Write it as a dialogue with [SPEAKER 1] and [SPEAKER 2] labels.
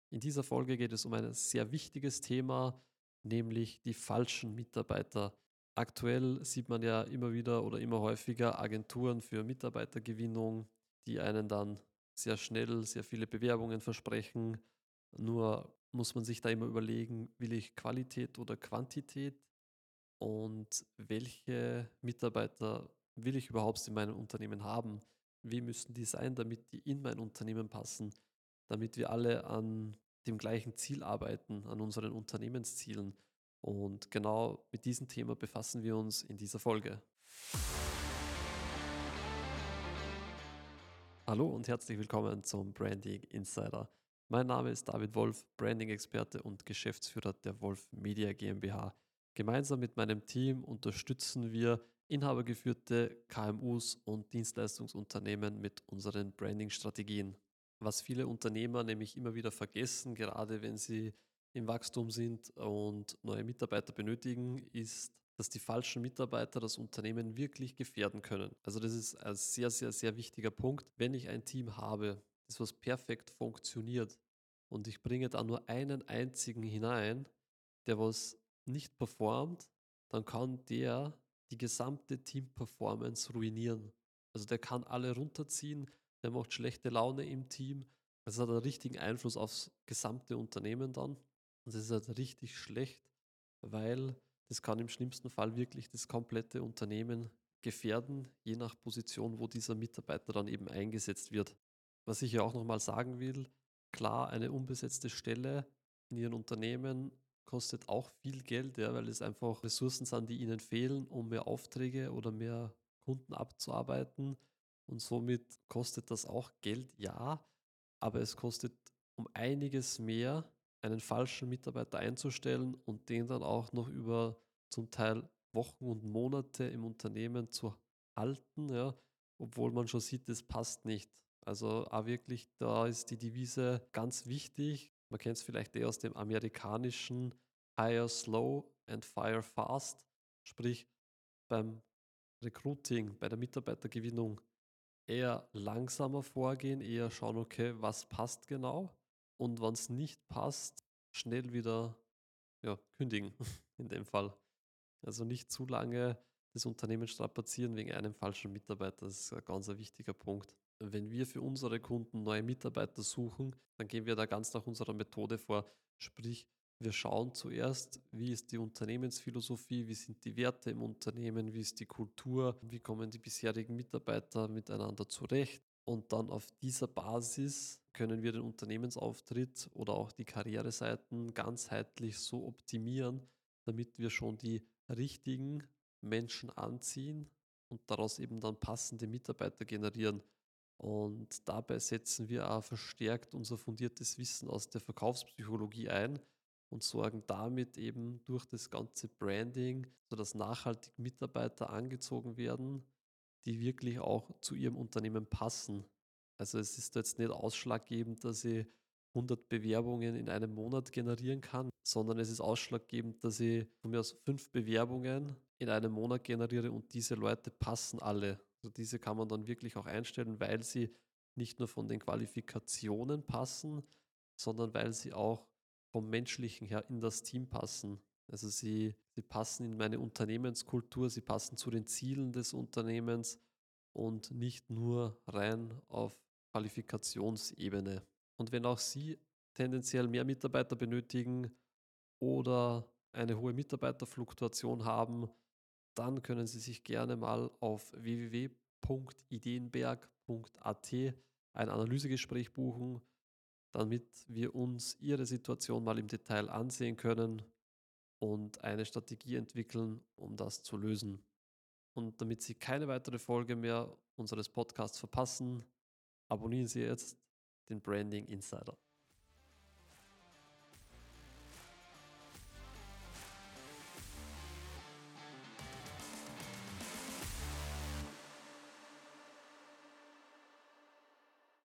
[SPEAKER 1] In dieser Folge geht es um ein sehr wichtiges Thema, nämlich die falschen Mitarbeiter. Aktuell sieht man ja immer wieder oder immer häufiger Agenturen für Mitarbeitergewinnung, die einen dann sehr schnell sehr viele Bewerbungen versprechen. Nur muss man sich da immer überlegen, will ich Qualität oder Quantität und welche Mitarbeiter will ich überhaupt in meinem Unternehmen haben? Wie müssen die sein, damit die in mein Unternehmen passen, damit wir alle an dem gleichen Ziel arbeiten, an unseren Unternehmenszielen. Und genau mit diesem Thema befassen wir uns in dieser Folge. Hallo und herzlich willkommen zum Branding Insider. Mein Name ist David Wolf, Branding-Experte und Geschäftsführer der Wolf Media GmbH. Gemeinsam mit meinem Team unterstützen wir inhabergeführte KMUs und Dienstleistungsunternehmen mit unseren Branding-Strategien. Was viele Unternehmer nämlich immer wieder vergessen, gerade wenn sie im Wachstum sind und neue Mitarbeiter benötigen, ist, dass die falschen Mitarbeiter das Unternehmen wirklich gefährden können. Also das ist ein sehr, sehr, sehr wichtiger Punkt. Wenn ich ein Team habe, das was perfekt funktioniert und ich bringe da nur einen einzigen hinein, der was nicht performt, dann kann der die gesamte Team-Performance ruinieren. Also der kann alle runterziehen, der macht schlechte Laune im Team. Das hat einen richtigen Einfluss aufs gesamte Unternehmen dann. Und das ist halt richtig schlecht, weil das kann im schlimmsten Fall wirklich das komplette Unternehmen gefährden, je nach Position, wo dieser Mitarbeiter dann eben eingesetzt wird. Was ich ja auch nochmal sagen will, klar, eine unbesetzte Stelle in Ihrem Unternehmen kostet auch viel Geld, ja, weil es einfach Ressourcen sind, die Ihnen fehlen, um mehr Aufträge oder mehr Kunden abzuarbeiten. Und somit kostet das auch Geld, ja, aber es kostet um einiges mehr, einen falschen Mitarbeiter einzustellen und den dann auch noch über zum Teil Wochen und Monate im Unternehmen zu halten, ja, obwohl man schon sieht, das passt nicht. Also auch wirklich, da ist die Devise ganz wichtig. Man kennt es vielleicht eher aus dem amerikanischen Hire slow and fire fast, sprich beim Recruiting, bei der Mitarbeitergewinnung eher langsamer vorgehen, eher schauen, okay, was passt genau und wenn es nicht passt, schnell wieder ja, kündigen in dem Fall. Also nicht zu lange das Unternehmen strapazieren wegen einem falschen Mitarbeiter. Das ist ein ganz ein wichtiger Punkt. Wenn wir für unsere Kunden neue Mitarbeiter suchen, dann gehen wir da ganz nach unserer Methode vor. Sprich, wir schauen zuerst, wie ist die Unternehmensphilosophie, wie sind die Werte im Unternehmen, wie ist die Kultur, wie kommen die bisherigen Mitarbeiter miteinander zurecht. Und dann auf dieser Basis können wir den Unternehmensauftritt oder auch die Karriereseiten ganzheitlich so optimieren, damit wir schon die richtigen Menschen anziehen und daraus eben dann passende Mitarbeiter generieren. Und dabei setzen wir auch verstärkt unser fundiertes Wissen aus der Verkaufspsychologie ein und sorgen damit eben durch das ganze Branding, sodass nachhaltig Mitarbeiter angezogen werden, die wirklich auch zu ihrem Unternehmen passen. Also es ist jetzt nicht ausschlaggebend, dass ich 100 Bewerbungen in einem Monat generieren kann, sondern es ist ausschlaggebend, dass ich von mir aus 5 Bewerbungen in einem Monat generiere und diese Leute passen alle. Also diese kann man dann wirklich auch einstellen, weil sie nicht nur von den Qualifikationen passen, sondern weil sie auch vom Menschlichen her in das Team passen. Also sie passen in meine Unternehmenskultur, sie passen zu den Zielen des Unternehmens und nicht nur rein auf Qualifikationsebene. Und wenn auch Sie tendenziell mehr Mitarbeiter benötigen oder eine hohe Mitarbeiterfluktuation haben, dann können Sie sich gerne mal auf www.ideenberg.at ein Analysegespräch buchen, damit wir uns Ihre Situation mal im Detail ansehen können und eine Strategie entwickeln, um das zu lösen. Und damit Sie keine weitere Folge mehr unseres Podcasts verpassen, abonnieren Sie jetzt den Branding Insider.